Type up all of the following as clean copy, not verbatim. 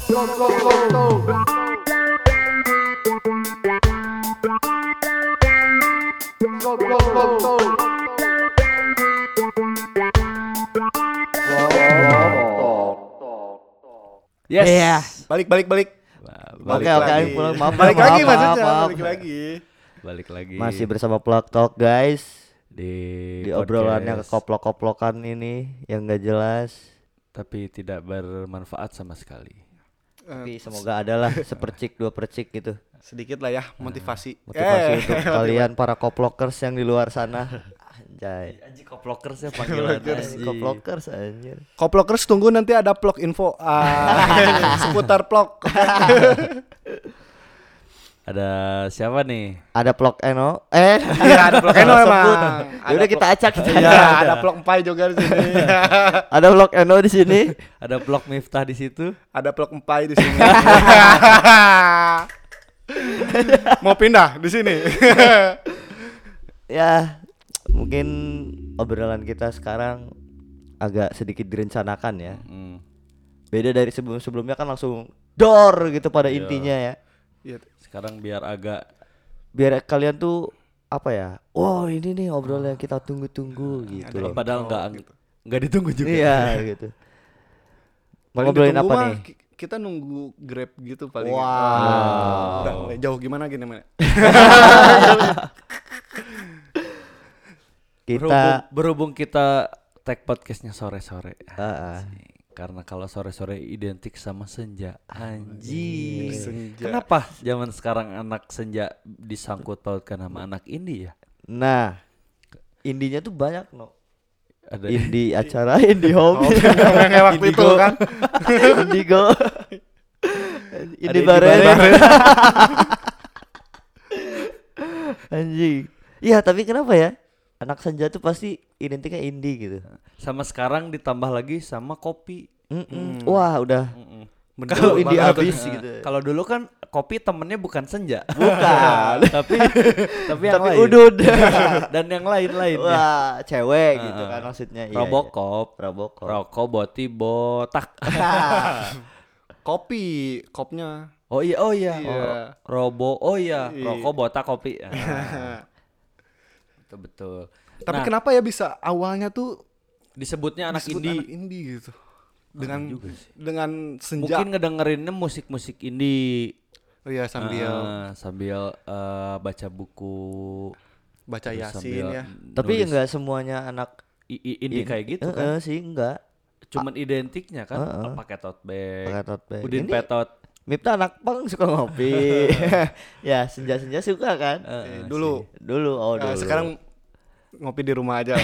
Yes. Iya. Balik. Oke, pulang. Maaf. Balik lagi maaf, maksudnya, maaf. Balik lagi. Masih bersama Plug Talk guys. di Obrolannya podcast, kekoplok-koplokan ini yang gak jelas. tapi tidak bermanfaat sama sekali. Tapi semoga adalah sepercik dua percik gitu. Sedikit lah ya motivasi. Motivasi untuk kalian para koplokers yang di luar sana. Anjay. Anjing koplokers ya panggilan anjing. Koplokers anjir. Koplokers tunggu nanti ada vlog info seputar vlog. Ada siapa nih? Ada Plug Eno. Iya, ada vlog Eno emang. Udah kita acak gitu. Iya, ada vlog Empai juga di sini. Ada Plug Eno di sini. Ada blog Miftah di situ. Ada vlog Empai di sini. Mau pindah di sini. Ya, mungkin obrolan kita sekarang agak sedikit direncanakan ya. Beda dari sebelum-sebelumnya kan langsung dor gitu pada intinya ya. Iya. Sekarang biar Biar kalian tuh apa ya? Oh, ini nih obrolan yang kita tunggu-tunggu gitu loh. padahal enggak ditunggu juga. Iya gitu. Mau Paling ngobrolin ditunggu apa mah, nih? Kita nunggu Grab gitu paling. Wow. Udah mulai jauh gimana gini mana? Berhubung kita tag podcastnya sore-sore. Heeh. Karena kalau sore-sore identik sama senja. Anjing. Senja. Kenapa zaman sekarang anak senja disangkut pautkan sama anak indie ya? Nah, indinya tuh banyak no. Ada Indie acara, indie home, Kayak waktu itu kan. indigo, indie Indie bareng. bareng. Anjing. Iya, tapi kenapa ya? Anak senja tuh pasti identiknya indie gitu. sama sekarang ditambah lagi sama kopi. Wah, udah Kalau indie banget. abis gitu. Kalau dulu kan kopi temennya bukan senja. Bukan. tapi yang Tapi lain. udud. Dan yang lain-lain ya. Wah, cewek gitu kan maksudnya. Iya, Robocop, Robocop. rokok boti botak. Kopi, kopnya. Oh iya. Iya. Iya. Iya. Rokok botak kopi. Betul. Tapi Nah, kenapa ya bisa awalnya tuh disebutnya anak disebut indie? anak indie gitu. Dengan juga sih. dengan senja. Mungkin ngedengerinnya musik-musik indie. Oh iya, Sambil baca buku, baca terus Yasin sambil ya. Tapi nulis enggak semuanya anak indie kayak gitu kan. sih enggak. Cuman identiknya kan pakai tote bag. Pakai tote bag. Udin Ini Petot. Mipta anak pang suka ngopi. Ya, senja-senja suka kan? Dulu. Dulu. Sekarang ngopi di rumah aja.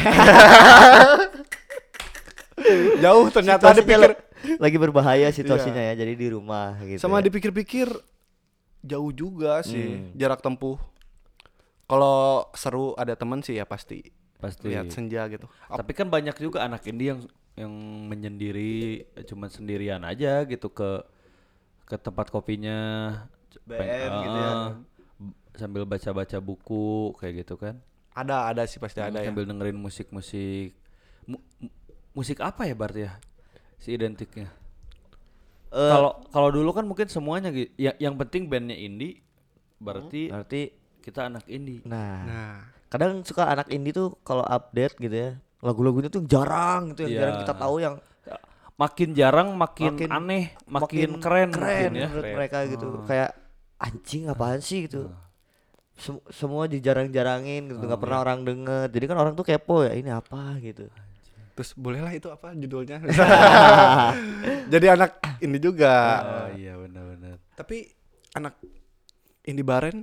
Jauh ternyata situasinya dipikir. lagi berbahaya situasinya ya. Jadi di rumah gitu. Sama ya. dipikir-pikir jauh juga sih jarak tempuh. Kalau seru ada teman sih ya pasti lihat senja gitu. Tapi kan banyak juga anak indie yang menyendiri, cuman sendirian aja gitu ke tempat kopinya, BM gitu ya. sambil baca-baca buku kayak gitu kan. Ada sih pasti ada ya. Sambil dengerin musik-musik. Musik apa ya berarti ya? Si identiknya. Kalau dulu kan mungkin semuanya gitu. Yang penting bandnya indie, berarti kita anak indie. Nah, kadang suka anak indie tuh kalau update gitu ya. Lagu-lagunya tuh jarang gitu yang jarang kita tahu yang Makin jarang makin aneh, makin keren mungkin ya. menurut mereka gitu. Kayak anjing apaan sih gitu. Semua dijarang-jarangin gitu, nggak pernah orang denger. Jadi kan orang tuh kepo ya, ini apa gitu. Terus bolehlah itu apa judulnya? Jadi anak ini juga. Oh iya benar-benar. Tapi anak indie baren.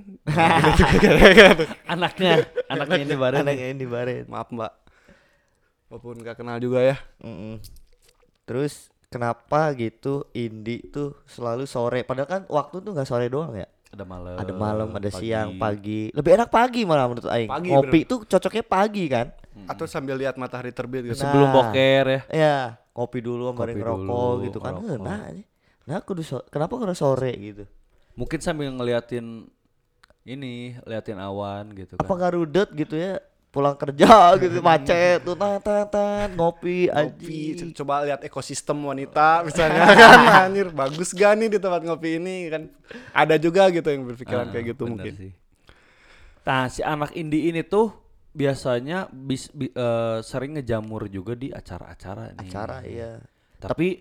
Anaknya ini bareng. Anaknya ini Baren. Maaf Mbak. Walaupun gak kenal juga ya. Terus kenapa gitu indie tuh selalu sore? Padahal kan waktu tuh nggak sore doang ya. Ada Malam, ada siang, pagi. Lebih enak pagi malah menurut aing. Pagi, Ngopi tuh cocoknya pagi kan. Atau sambil lihat matahari terbit gitu. Sebelum boker ya. Ya, ngopi dulu bareng Kopi ngerokok dulu, gitu kan. ngerokok. Nah, kenapa kudu sore gitu? Mungkin sambil liatin awan gitu kan. Apa nggak rudet gitu ya? pulang kerja gitu macet tuh ngopi coba lihat ekosistem wanita misalnya kan anjir bagus gak nih di tempat ngopi ini kan ada juga gitu yang berpikiran kayak gitu mungkin sih. Nah si anak indie ini tuh biasanya sering ngejamur juga di acara-acara nih. Iya. Tapi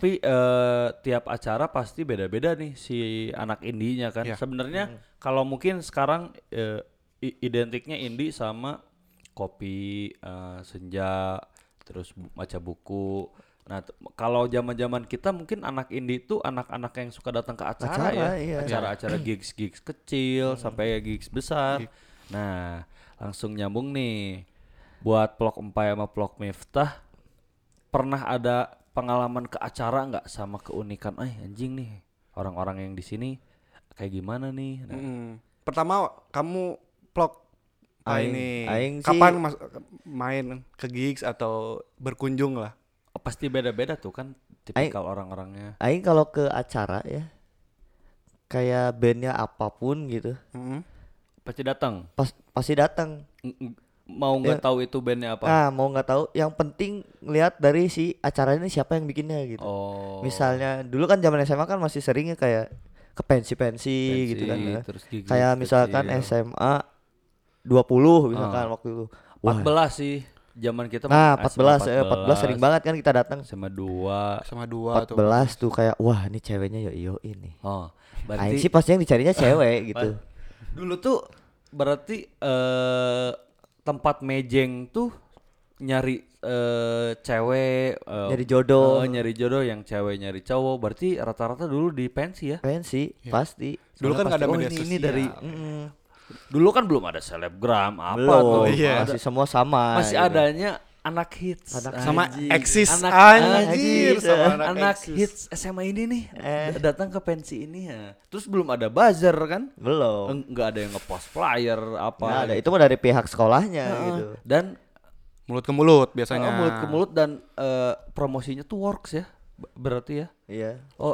tiap acara pasti beda-beda nih si anak indinya kan. Sebenarnya kalau mungkin sekarang identiknya indie sama kopi, senja, terus baca buku. Nah, kalau zaman-zaman kita mungkin anak indie itu anak-anak yang suka datang ke acara ya. Iya. Acara-acara gigs kecil sampai gigs besar. Nah, langsung nyambung nih. Buat Plok Empai sama Plok Miftah pernah ada pengalaman ke acara enggak sama keunikan anjing nih. Orang-orang yang di sini kayak gimana nih? Nah. Pertama kamu Plok Aing kapan main ke gigs atau berkunjung lah? Pasti beda-beda tuh kan tipikal orang-orangnya. Aing kalau ke acara ya kayak bandnya apapun gitu pasti datang. Pasti datang. Mau nggak tahu itu bandnya apa? Mau nggak tahu. Yang penting lihat dari si acara ini siapa yang bikinnya gitu. Misalnya dulu kan zaman SMA kan masih seringnya kayak ke pensi gitu kan ya. Kayak misalkan SMA 20 misalkan waktu itu. 14 sih zaman kita. 14 sering banget kan kita datang. SMA 2 14 tuh kayak wah ini ceweknya yo ini. Berarti sih pasti yang dicarinya cewek gitu. Dulu tuh berarti tempat mejeng tuh nyari cewek nyari jodoh yang cewek nyari cowok. Berarti rata-rata dulu di pensi ya? Pensi pasti. Dulu kan nggak ada media ini sosial. Dari dulu kan belum ada selebgram apa tuh. Masih semua sama. Masih gitu. Adanya anak hits sama eksis anjir sama anak hits SMA ini nih datang ke pensi ini ya. Terus belum ada buzzer kan? Belum. Enggak ada yang ngepost flyer apa. Nggak ada. Itu mah dari pihak sekolahnya gitu. Dan mulut ke mulut biasanya. Mulut ke mulut dan promosinya tuh works ya. Berarti ya. Iya.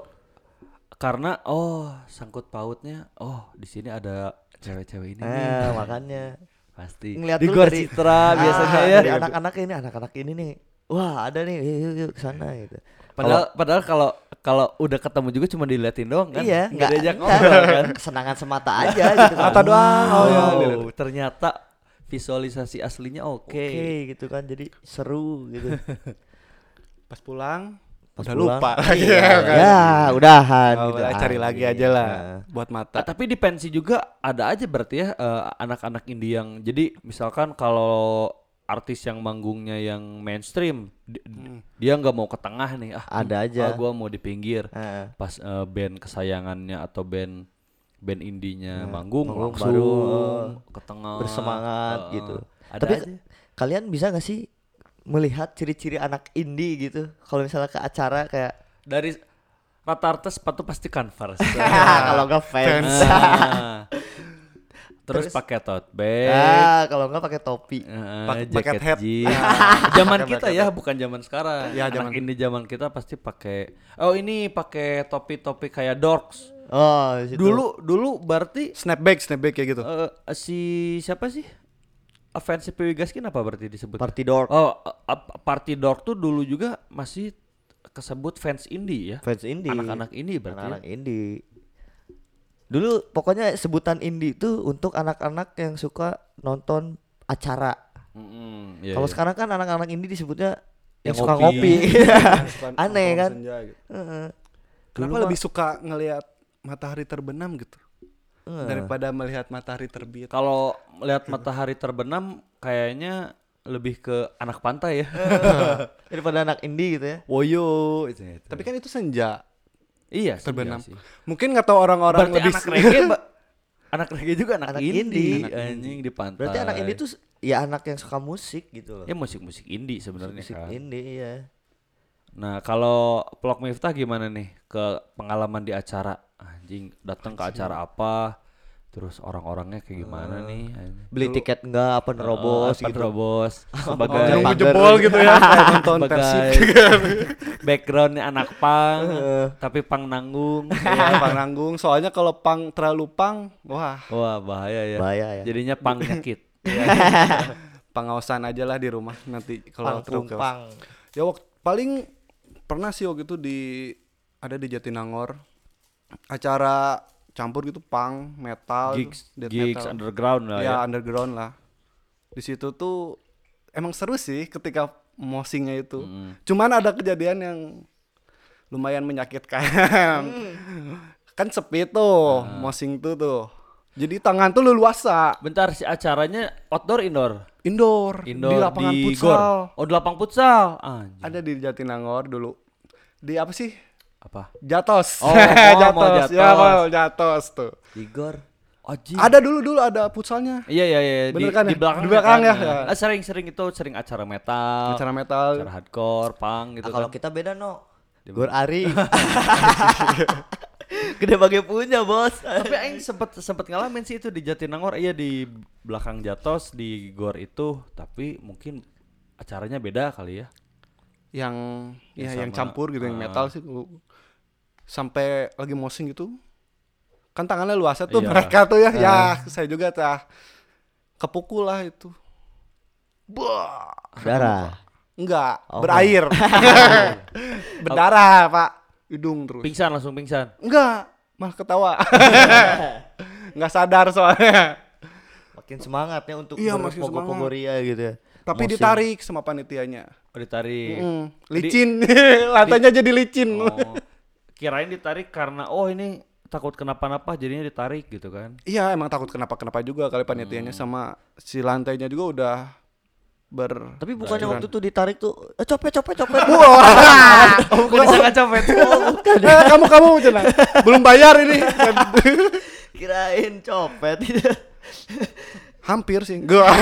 Karena sangkut pautnya di sini ada cewek-cewek ini makanya pasti ngeliat di Gor Citra biasanya ya. Dari anak-anak ini nih. Wah, ada nih, yuk ke sana gitu. Padahal kalau udah ketemu juga cuma diliatin doang kan. Iya, enggak diajak ngobrol kan. Kesenangan semata aja gitu kan. Mata doang. Ternyata visualisasi aslinya oke gitu kan. Jadi seru gitu. Pas pulang udah pulang, lupa lagi ya udahan gitu. Cari lagi aja lah buat mata. Tapi di pensi juga ada aja berarti ya anak-anak indie yang jadi misalkan kalau artis yang manggungnya yang mainstream dia nggak mau ke tengah nih ada aja gua mau di pinggir pas band kesayangannya atau band indinya manggung langsung baru ke tengah bersemangat gitu. Tapi aja. Kalian bisa nggak sih melihat ciri-ciri anak indie gitu kalau misalnya ke acara kayak dari rata-rata sepatu pasti Converse kalau nggak Vans terus pakai tote bag kalau nggak pakai topi pakai hat zaman kita ya bukan zaman sekarang ya, anak indie zaman kita pasti pakai ini pakai topi-topi kayak dorks dulu berarti snapback kayak gitu si siapa sih Fancy PW Gaskin apa berarti disebut? Party Dork. Party Dork tuh dulu juga masih kesebut fans indie ya. Fans indie. Anak-anak indie berarti. Anak-anak indie. Dulu pokoknya sebutan indie itu untuk anak-anak yang suka nonton acara. Kalau sekarang kan anak-anak indie disebutnya yang suka ngopi. Aneh kan? Kenapa lebih suka ngelihat matahari terbenam gitu? Daripada melihat matahari terbit. Kalau melihat matahari terbenam kayaknya lebih ke anak pantai ya. Daripada anak indie gitu ya. Woyo itu. Tapi kan itu senja. Iya, terbenam. Mungkin nggak tahu orang-orang berarti lebih anak reggae juga anak indie. Anjing di pantai. Berarti anak indie tuh ya anak yang suka musik gitu loh. Ya musik indie sebenarnya musik kan. Indie ya. Nah, kalau Plok Miftah gimana nih ke pengalaman di acara? Anjing datang ke acara apa? Terus orang-orangnya kayak gimana nih? Beli tiket enggak apa nerobos gitu. Nerobos sebagai jebol gitu ya nonton backgroundnya anak pang tapi pang nanggung. Iya, pang nanggung. Soalnya kalau pang terlalu pang, wah bahaya ya. Bahaya ya. Jadinya pang nyakit. pengawasan aja lah di rumah nanti kalau truk. Ya paling pernah sih waktu itu ada di Jatinangor acara campur gitu, punk, metal, gigs underground lah ya. Underground lah. Di situ tuh emang seru sih ketika mosingnya itu. Cuman ada kejadian yang lumayan menyakitkan. Kan sepi tuh, mosing tuh. Jadi tangan tuh leluasa. Bentar, si acaranya outdoor indoor di lapangan futsal. Oh, di lapang futsal. Ada di Jatinangor dulu. Di apa sih? Apa? Jatos. Oh, Jatos. Ya, Jatos tuh. Di Gor. Ada dulu ada futsalnya. Iya. Bener kan di belakang, ya. Ya. Sering acara metal. Acara hardcore, punk gitu. Kalau kita beda Gor Ari. Gede bagai punya, Bos. Tapi aing sempet ngalamin sih itu di Jatinangor, iya di belakang Jatos di Gor itu, tapi mungkin acaranya beda kali ya. Yang campur gitu, yang metal sih. Sampai lagi mosing gitu. Kan tangannya luasa tuh mereka tuh ya. Ya, saya juga kepukul lah itu. Bah. Darah. Enggak, berair. Berdarah, Pak. Hidung terus. Langsung pingsan. Enggak, malah ketawa. Enggak sadar soalnya. Makin semangatnya untuk berpogoria gitu ya. Tapi mosing. Ditarik sama panitianya. Ditarik. Licin. Lantainya jadi licin. Kirain ditarik karena ini takut kenapa-napa jadinya ditarik gitu kan. Iya, emang takut kenapa-kenapa juga kali panitianya sama si lantainya juga udah Tapi bukannya waktu itu ditarik tuh copet. Wah. Bukan disangka copet. Kamu cenah. Belum bayar ini. Kirain copet. Hampir sih. Gua.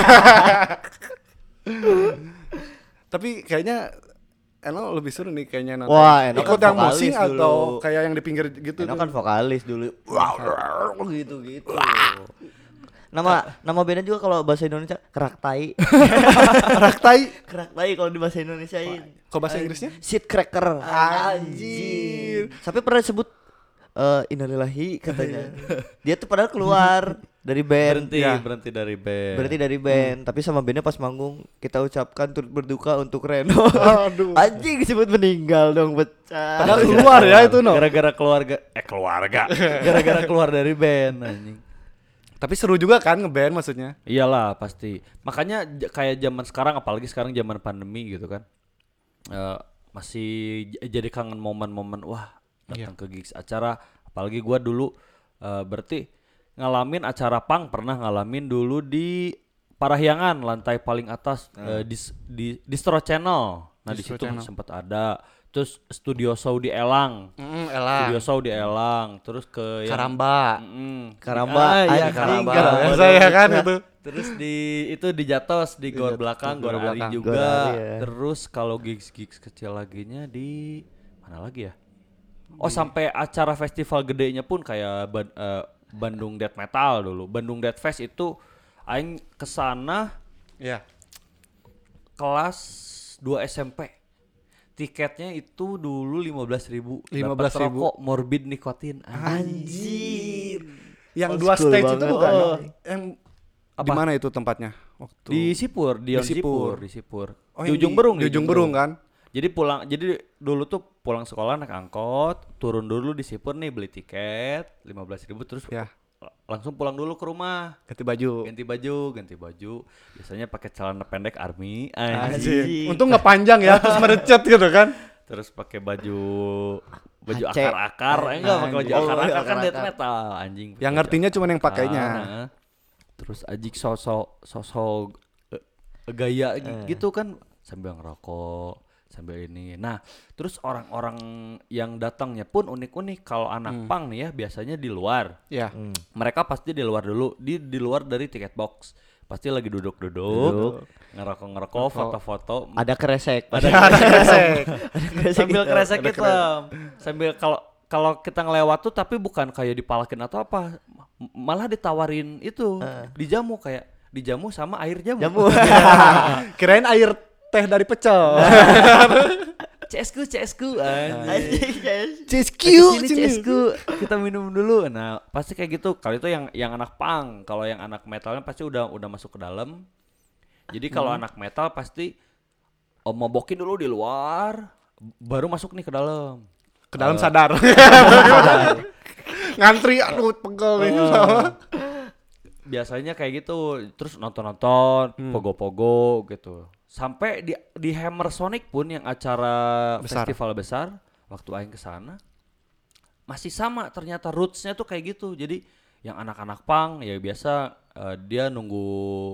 Tapi kayaknya Eno lebih seru nih kayaknya nanti. Wah, Eno ikut kan yang mosing dulu. Atau kayak yang di pinggir gitu. Eno kan vokalis dulu. Gitu. Nama bandnya juga kalau bahasa Indonesia kerak tai. Kerak tai kalau di bahasa Indonesiain. Kalau bahasa Inggrisnya? Shit cracker. Anjir. Sampai pernah disebut innalillahi katanya. Dia tuh padahal keluar dari band. Berhenti dari band. Tapi sama bandnya pas manggung kita ucapkan turut berduka untuk Reno. Aduh. Anjing disebut meninggal dong, pecah. Padahal keluar ya itu Gara-gara keluarga. Gara-gara keluar dari band anjing. Tapi seru juga kan ngeband maksudnya. Iyalah pasti. Makanya kayak zaman sekarang, apalagi sekarang zaman pandemi gitu kan. Masih jadi kangen momen-momen datang ke gigs acara. Apalagi gua dulu berarti ngalamin acara punk, pernah ngalamin dulu di Parahyangan, lantai paling atas di Distro Channel. Nah di situ sempat ada. Terus studio show di Elang. Studio show di Elang. Terus ke Karamba. Karamba. Karamba. Saya kan itu. Terus di Jatos, di Gor belakang, Gor Ari juga. Terus kalau gigs kecil laginya di mana lagi ya? Sampai acara festival gedenya pun kayak Bandung Death Metal dulu. Bandung Death Fest itu aing kesana kelas 2 SMP. Tiketnya itu dulu 15.000. 15.000 rokok morbid nikotin. Anjir. Yang 2 stage banget. Itu bukan? Yang di mana itu tempatnya? Waktu di Sipur, di Sipur. Di Ujung Berung kan? Jadi dulu tuh pulang sekolah naik angkot, turun dulu di Sipur nih beli tiket 15.000 terus langsung pulang dulu ke rumah. Ganti baju. Biasanya pakai celana pendek army. Anjir. Untung enggak panjang ya, terus merecet gitu kan. Terus pakai baju akar-akar, enggak pakai baju akar-akar kan death metal anjing. Yang ngertinya cuma yang pakainya. Terus ajik sosok gaya gitu kan sambil ngerokok, sambil ini. Nah, terus orang-orang yang datangnya pun unik-unik. Kalau anak punk nih ya biasanya di luar. Iya. Mereka pasti di luar dulu, di luar dari tiket box. Pasti lagi duduk, ngerokok, foto-foto. Ada kresek. Sambil kresek gitu. Sambil kalau kita ngelewat tuh tapi bukan kayak dipalakin atau apa. Malah ditawarin itu, dijamu kayak dijamu sama air jamu. Kirain air teh dari pecel. CSku kita minum dulu. Nah pasti kayak gitu. Kalau itu yang anak punk, kalau yang anak metalnya pasti udah masuk ke dalam. Jadi kalau anak metal pasti mobokin dulu di luar, baru masuk nih ke dalam. Ke dalam sadar. Ngantri, aduh pegel nih. Biasanya kayak gitu, terus nonton-nonton, pogo-pogo gitu. Sampai di Hammer Sonic pun yang acara festival besar, waktu aing kesana masih sama ternyata roots-nya tuh kayak gitu. Jadi yang anak-anak punk ya biasa dia nunggu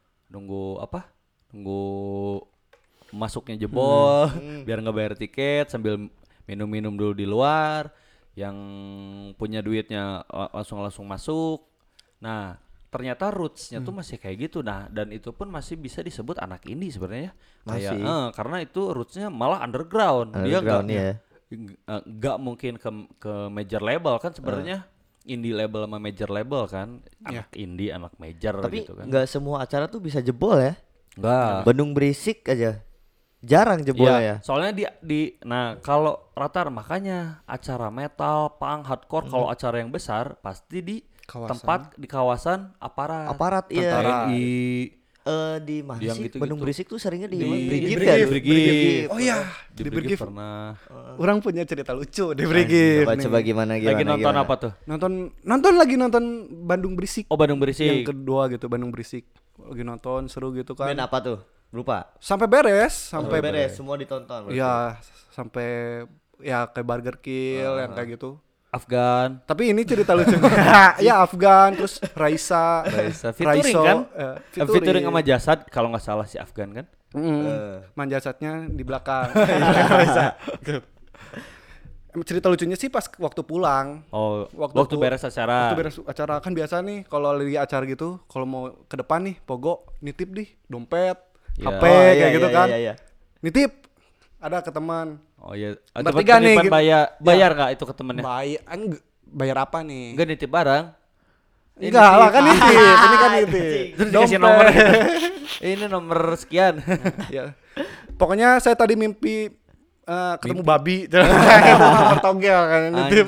masuknya jebol biar nggak bayar tiket sambil minum-minum dulu di luar. Yang punya duitnya langsung masuk. Nah ternyata roots-nya tuh masih kayak gitu. Nah dan itu pun masih bisa disebut anak indie sebenarnya. Kayak karena itu roots-nya malah underground. Dia nggak mungkin ke major label kan sebenarnya. Indie label sama major label kan, anak indie, anak major. Tapi gitu kan. Nggak semua acara tuh bisa jebol ya. Nggak. Bandung Berisik aja jarang jebol ya. Soalnya nah kalau rata makanya acara metal, punk, hardcore kalau acara yang besar pasti di tempat di kawasan aparat. Aparat iya. TNI. Di mana yang sih? gitu-gitu. Bandung Berisik tuh seringnya di Brigif. Oh iya, di Brigif pernah. Orang punya cerita lucu di Brigif. Coba gimana. Lagi nonton apa tuh? Nonton Bandung Berisik. Oh Bandung Berisik. Yang kedua gitu, Bandung Berisik. Lagi nonton seru gitu kan. Band apa tuh? Lupa. Sampai beres, Semua ditonton. Iya, sampai ya kayak Burger Kill yang kayak gitu. Afgan. Tapi ini cerita lucu. Ya Afgan, terus Raisa Featuring kan? featuring sama Jasad kalau nggak salah si Afgan kan? Manjasatnya di belakang. Raisa. Cerita lucunya sih pas waktu pulang. Oh, waktu beres acara. Waktu beres acara kan biasa nih kalau lagi acara gitu, kalau mau ke depan nih pogo nitip di dompet, HP kayak gitu kan. Nitip ada ke teman. Oh iya. Bertiga nih gitu. Bayar nggak itu ke temennya? Bayar apa nih? Enggak nitip barang. Enggak lah kan nitip. Ini kan nitip. Terus dikasih nomor. Ini nomor sekian. Ya. Pokoknya saya tadi mimpi ketemu babi. Nomor togel kan nitip.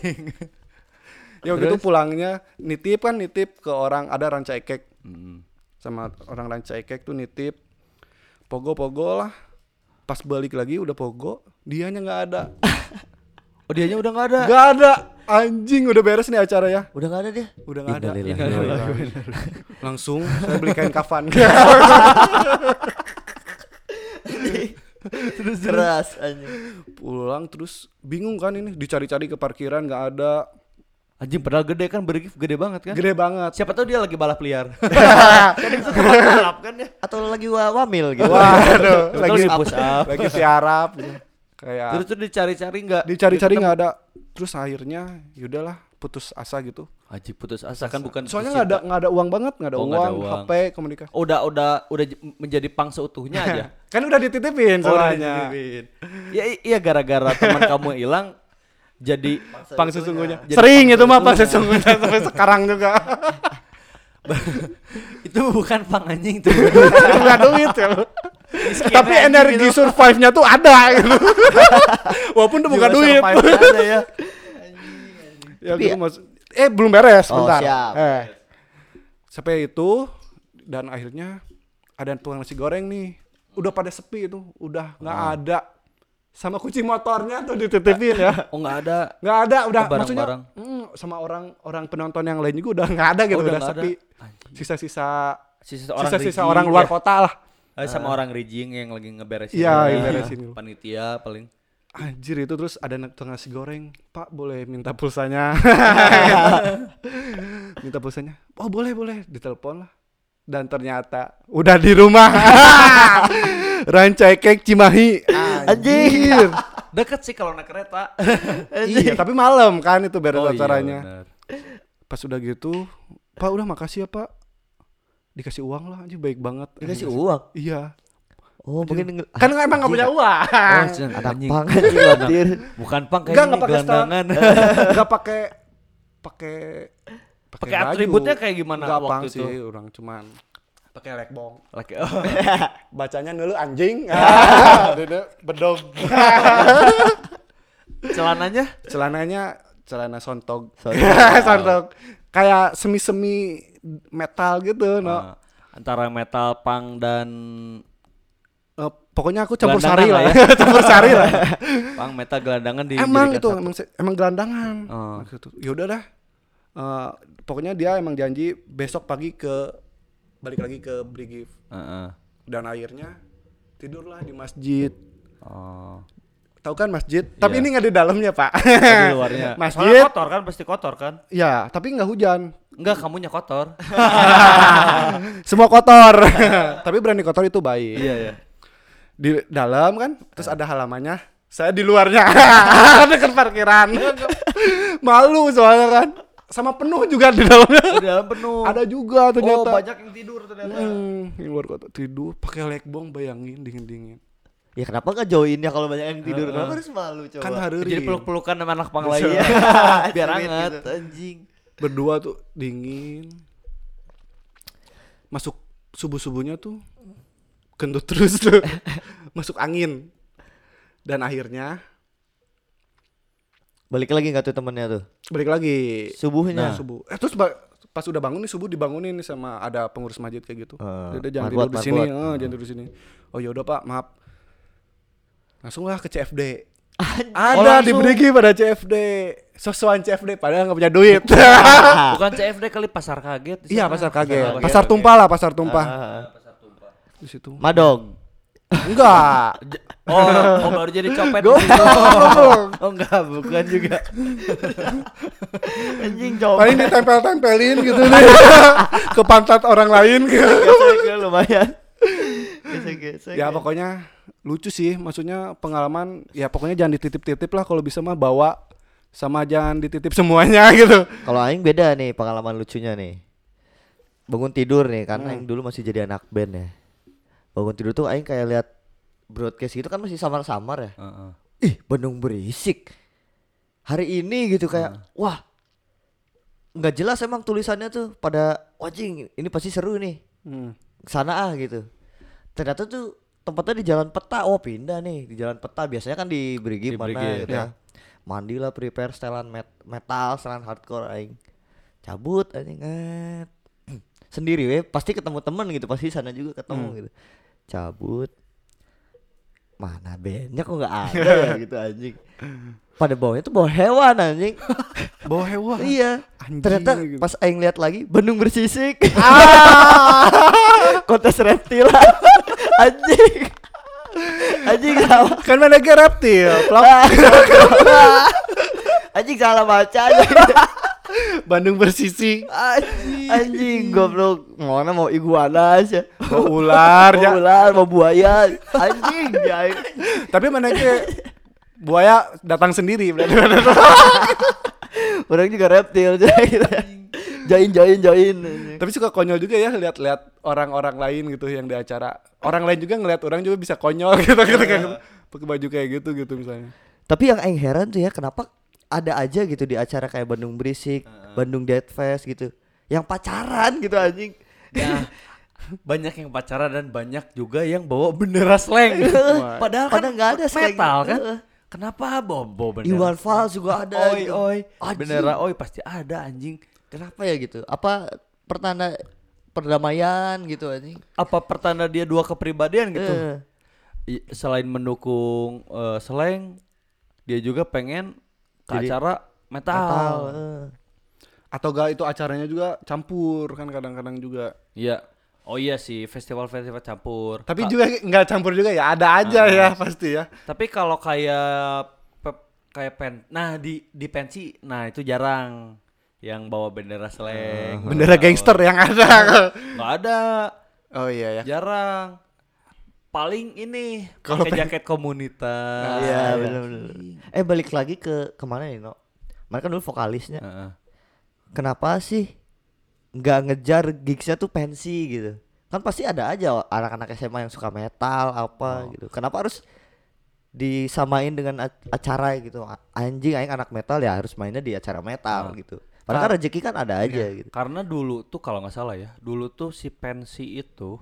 Ya gitu pulangnya nitip ke orang, ada Ranca Ekek. Sama orang Ranca Ekek tuh nitip. Pogo lah. Pas balik lagi udah pogo, dianya nggak ada. Oh dianya udah nggak ada? Nggak ada, anjing udah beres nih acara ya. Udah nggak ada dia? Udah nggak ada. Langsung saya beli kain kafan. Terus keras anjing. Pulang terus bingung kan ini, dicari-cari ke parkiran nggak ada. Anjing padahal gede kan, Brigif gede banget kan? Gede banget. Siapa tahu dia lagi balap liar. Kan itu balap kan ya? Atau lagi wamil gitu. Waduh, lagi push up. lagi siarap gitu. Kayak Terus tuh dicari-cari nggak? Dicari-cari nggak ada. Terus akhirnya yaudahlah putus asa gitu. Anjing putus asa kan bukan. Soalnya nggak ada uang banget, nggak ada uang, HP, komunikasi. Oh, udah menjadi pang seutuhnya aja. Kan udah dititipin soalnya. Ya iya gara-gara teman kamu hilang. Jadi pang sesungguhnya. Sering itu mah pang sesungguhnya sampai sekarang juga. Itu bukan pang anjing tuh. Bukan duit ya. Tapi energi gitu. Survive-nya tuh ada gitu. Walaupun itu bukan duit. Ada ya. Ya gitu mas. Belum beres bentar. Siap. Sampai itu dan akhirnya ada tukang nasi goreng nih. Udah pada sepi itu, udah nggak ada. Sama kunci motornya tuh dititipin ya. Oh nggak ada. Nggak ada, udah maksudnya sama orang penonton yang lain juga udah nggak ada gitu, udah sepi. Sisa-sisa orang luar kota lah. Sama orang Rijing yang lagi ngeberesin. Iya, ngeberesin. Panitia paling. Anjir itu terus ada tukang nasi goreng. Pak boleh minta pulsanya? Minta pulsanya. Oh boleh. Ditelepon lah. Dan ternyata udah di rumah. Ranca Ekek Cimahi. Anjir. Deket sih kalau naik kereta. Iya, tapi malam kan itu beres acaranya. Iya, pas udah gitu, Pak udah makasih ya Pak. Dikasih uang lah, anjir baik banget. Dikasih uang? Iya. Oh mungkin kan emang nggak punya uang. Ada pang anjir. Bukan pang kayaknya gelandangan. Enggak pakai atributnya kayak gimana waktu itu? Sih, orang cuman pakai lekbong. Oh. Bacanya dulu anjing. Bedog. Celananya celana sontog. Sontog. Kayak semi-semi metal gitu, no. Antara metal, punk dan pokoknya aku campur sari lah ya. Campur sari lah. Punk, metal, gelandangan di Emang itu emang gelandangan. Ya udah dah. Pokoknya dia emang janji besok pagi balik lagi ke Brigif. Dan akhirnya tidurlah di masjid. Tahu kan masjid? Tapi ini nggak di dalamnya, Pak. Di luarnya. Masjid kotor kan, pasti kotor kan? Ya, tapi nggak hujan. Enggak, kamunya kotor. Semua kotor. Tapi berani kotor itu baik. Iya. Di dalam kan, terus ada halamannya. Saya di luarnya. Dekat parkiran. Malu soalnya kan. Sama penuh juga di dalamnya. Di dalam penuh. Ada juga ternyata. Oh, banyak yang tidur ternyata. Di luar kota tidur pakai lekbong, bayangin dingin-dingin. Ya kenapa nggak joinnya kalau banyak yang tidur? Kenapa harus malu coba? Kan hareureun. Jadi peluk-pelukan sama anak pang lain. Biar hangat gitu. anjing. Berdua tuh dingin. Masuk subuh-subuhnya tuh kentut terus tuh. Masuk angin. Dan akhirnya balik lagi nggak tuh temennya tuh? balik lagi Subuhnya. Subuh. Terus pas udah bangun nih subuh dibangunin nih sama ada pengurus masjid kayak gitu. Udah jangan tidur di sini, jangan tidur di sini. Oh ya udah Pak, maaf. Langsung lah ke CFD. Ada di Brigi pada CFD. Sosokan CFD padahal nggak punya duit. Bukan CFD kali, pasar kaget. Iya, pasar kaget. Pasar tumpah lah, pasar tumpah. Pasar tumpah. Di situ. Madog. Enggak. Oh, baru jadi copet. Oh enggak, bukan juga. Anjing coba. Paling ditempel-tempelin gitu deh. Ke pantat orang lain gitu. Gesek lumayan. Gesek. Ya pokoknya lucu sih, maksudnya pengalaman ya pokoknya jangan dititip-titip lah, kalau bisa mah bawa, sama jangan dititip semuanya gitu. Kalau aing beda nih pengalaman lucunya nih. Bangun tidur nih karena aing dulu masih jadi anak band ya. Bangun tidur tuh aing kayak lihat broadcast gitu kan masih samar-samar ya. Ih, Bandung berisik. Hari ini gitu kayak wah. Enggak jelas emang tulisannya tuh pada wajing, ini pasti seru nih. Kesana gitu. Ternyata tuh tempatnya di Jalan Peta. Oh, pindah nih di Jalan Peta. Biasanya kan di Brigif mana gitu ya. Mandilah prepare setelan metal, setelan hardcore aing. Cabut anjing sendiri we, pasti ketemu temen gitu, pasti sana juga ketemu gitu. Cabut. Mana bandnya kok enggak ada ya gitu anjing. Pada bawahnya tuh bawa hewan anjing. Bawa hewan. Iya. Anjing, ternyata gitu. pas aing lihat lagi Bandung bersisik. Kontes reptil. Anjing. Anjing salah. Kan mana ke reptil. Anjing salah baca anjing. Bandung bersisi. Anjing goblok. Mau iguana aja. Mau ular ya. Ular, mau buaya. Anjing ya. Tapi mana ke buaya datang sendiri berarti. Orang juga reptil join. Tapi suka konyol juga ya lihat orang-orang lain gitu yang di acara. Orang lain juga ngeliat orang juga bisa konyol gitu kan. Pakai baju kayak gitu misalnya. Tapi yang aing heran tuh ya kenapa ada aja gitu di acara kayak Bandung Berisik, Bandung Dead Fest gitu. Yang pacaran gitu anjing. Ya, banyak yang pacaran dan banyak juga yang bawa bendera slang. Padahal kan nggak ada slang metal kan. Kenapa bawa bendera? Iwan Fals juga ada. Oi. Bendera oi pasti ada anjing. Kenapa ya gitu? Apa pertanda perdamaian gitu anjing? Apa pertanda dia dua kepribadian gitu? Selain mendukung slang, dia juga pengen ke jadi acara metal. Atau gak itu acaranya juga campur kan kadang-kadang juga. Iya. Oh iya sih, festival-festival campur. Tapi juga nggak campur juga ya, ada aja ya pasti ya. Tapi kalau kayak nah di pensi, nah itu jarang yang bawa bendera slang. Bendera gangster yang ada. Nggak ada. Oh iya ya. Jarang. Paling ini Kalau pakai jaket komunitas. Iya benar. Balik lagi ke kemana nih No? Mereka dulu vokalisnya. Kenapa sih nggak ngejar gigsnya tuh pensi gitu? Kan pasti ada aja anak-anak SMA yang suka metal apa gitu. Kenapa harus disamain dengan acara gitu? Anjing aing anak metal ya harus mainnya di acara metal gitu. Padahal kan rezeki kan ada aja gitu. Karena dulu tuh kalau nggak salah ya, dulu tuh si pensi itu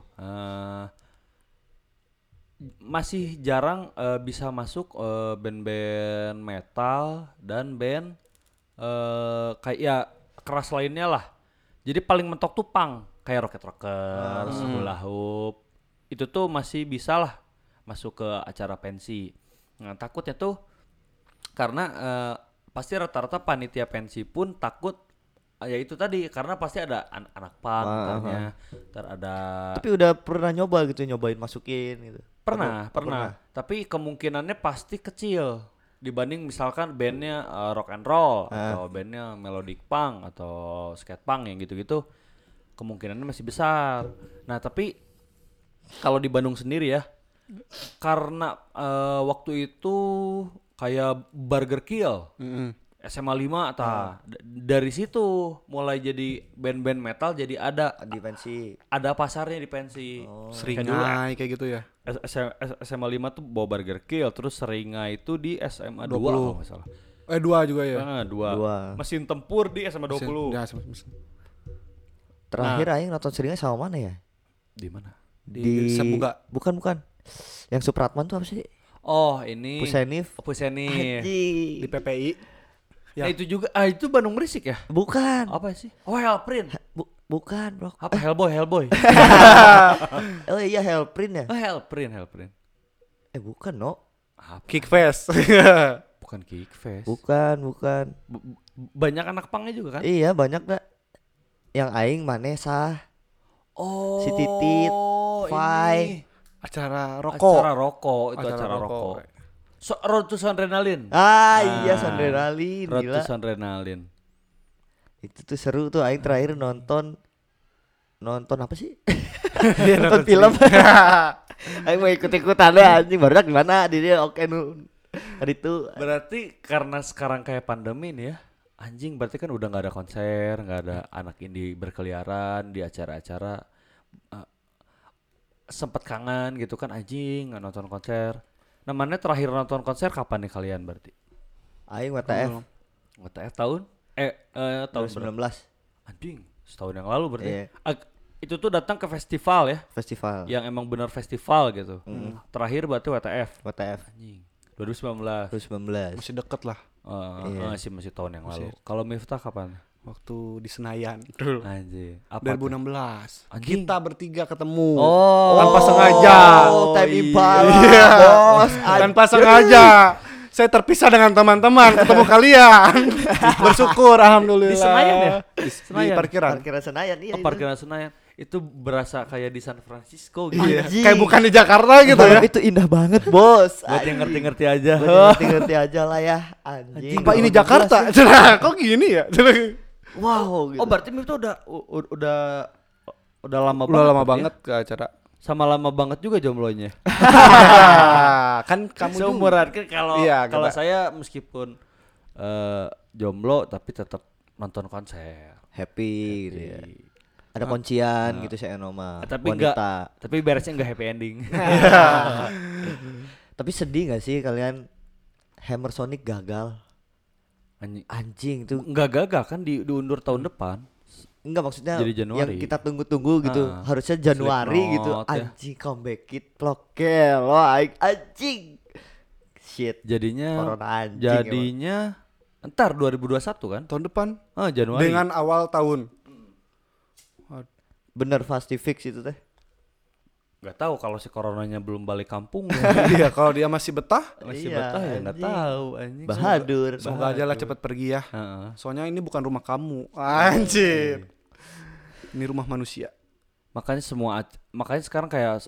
masih jarang bisa masuk band-band metal dan band kayak ya keras lainnya lah. Jadi paling mentok tuh punk. kayak Rocket Rockers, Hula Hoop. Itu tuh masih bisa lah masuk ke acara pensi. Nah, takutnya tuh karena pasti rata-rata panitia pensi pun takut ya itu tadi karena pasti ada anak pang katanya. Ada. Tapi udah pernah nyobain masukin gitu. Pernah. Tapi kemungkinannya pasti kecil dibanding misalkan bandnya rock and roll atau bandnya melodic punk atau skate punk yang gitu-gitu, kemungkinannya masih besar. Nah tapi kalau di Bandung sendiri ya, karena waktu itu kayak Burger Kill, SMA 5 dari situ mulai jadi band-band metal, jadi ada di pensi. Ada pasarnya di pensi. Seringai kayak gitu ya. SMA 5 tuh bawa Burger Kill, terus Seringai itu di SMA 2 kalau enggak salah. 2 juga ya. 2. Mesin tempur di SMA 20. Terakhir aing nonton Seringai sama mana ya? Di mana? Di Sebuga. Bukan. Yang Supratman tuh apa sih? Oh, ini Pusenif. Di PPI. Ya. Nah, itu juga itu Bandung Berisik ya? Bukan. Apa sih? Oh, Hellprint. Bukan, Bro. Apa Hellboy? Oh iya, Hellprint ya? Oh, Hellprint. Bukan, no. Kickfest. Bukan Kickfest. Bukan. Banyak anak pangnya juga kan? Iya, banyak dah. Yang aing Manesa. Oh. Si Titit. Fai. Acara rokok. Acara rokok. Road to Adrenaline. Iya, Adrenaline. Road to Adrenaline. Itu tuh seru tuh. Aing terakhir nonton apa sih? Nonton film. Aing mau ikut-ikutan deh anjing. Barudak gimana? Dia oke nu. Hari itu. Berarti karena sekarang kayak pandemi nih ya. Anjing berarti kan udah gak ada konser, gak ada anak indie berkeliaran di acara-acara. Sempet kangen gitu kan anjing gak nonton konser. Nah mana terakhir nonton konser kapan nih kalian berarti? Aing WTF. WTF tahun? Tahun 2019. Anjing setahun yang lalu berarti. Iya. Itu tuh datang ke festival ya? Festival. Yang emang benar festival gitu. Terakhir berarti WTF. Anjing. 2019. Masih deket lah. Masih tahun yang lalu. Kalau Miftah kapan? Waktu di Senayan dulu. Anjing. 2016. Anjing. Kita bertiga ketemu. Oh. Tanpa sengaja. Time iya. Impala. Iya. Bos. Tanpa sengaja. Saya terpisah dengan teman-teman, ketemu kalian. Bersyukur alhamdulillah. Di Senayan ya? Di parkiran. Parkiran Senayan iya. Parkiran Senayan. Itu berasa kayak di San Francisco gitu. Iya. Anjing. Kayak bukan di Jakarta gitu ya. Itu indah banget, Bos. Buat yang ngerti-ngerti aja. Ngerti aja lah ya. Anjing. Pak ini Jakarta. Cenah, kok gini ya? Wow gitu. Oh, berarti itu udah lama banget. Udah lama berarti banget ya? ke acara. Sama lama banget juga jomblonya. Kan kamu seumuran kan kalau iya, kalau saya meskipun jomblo tapi tetap nonton konser. Happy gitu ya. Ada kuncian gitu saya Noma. Tapi wanita. Tapi beresnya enggak happy ending. Tapi sedih gak sih kalian Hammer Sonic gagal? Anjing itu enggak gagal kan diundur tahun depan. Enggak maksudnya jadi Januari. Yang kita tunggu-tunggu gitu. Harusnya Januari gitu. Anjing ya. Comeback it plokel lo anjing. Shit. Jadinya anjing, jadinya entar 2021 kan? Tahun depan. Januari. Dengan awal tahun. Bener pasti fix itu teh. Gak tahu kalau si coronanya belum balik kampung. Iya, kalau dia masih betah, betah ya nggak tahu anjing. Bahadur. Semoga aja lah cepat pergi ya. Soalnya ini bukan rumah kamu. Anjir. Ini rumah manusia. Makanya sekarang kayak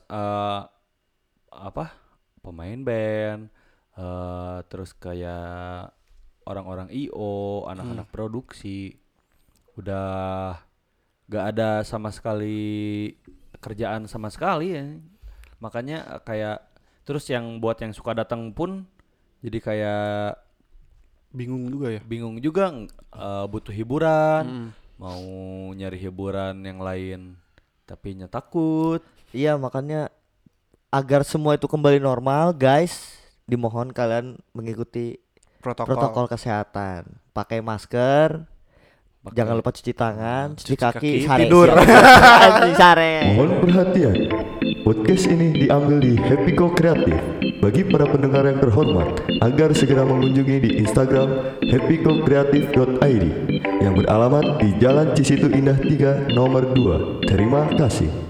pemain band, terus kayak orang-orang IO, anak-anak produksi udah gak ada sama sekali kerjaan sama sekali ya. Makanya kayak terus yang buat yang suka datang pun jadi kayak bingung juga butuh hiburan, mau nyari hiburan yang lain tapi takut. Iya, makanya agar semua itu kembali normal, guys, dimohon kalian mengikuti protokol kesehatan. Pakai masker, Jangan lupa cuci tangan, cuci kaki, tidur. Sare. Mohon perhatian. Podcast ini diambil di Happy Go Kreatif. Bagi para pendengar yang terhormat, agar segera mengunjungi di Instagram happygokreatif.id yang beralamat di Jalan Cisitu Indah 3 nomor 2. Terima kasih.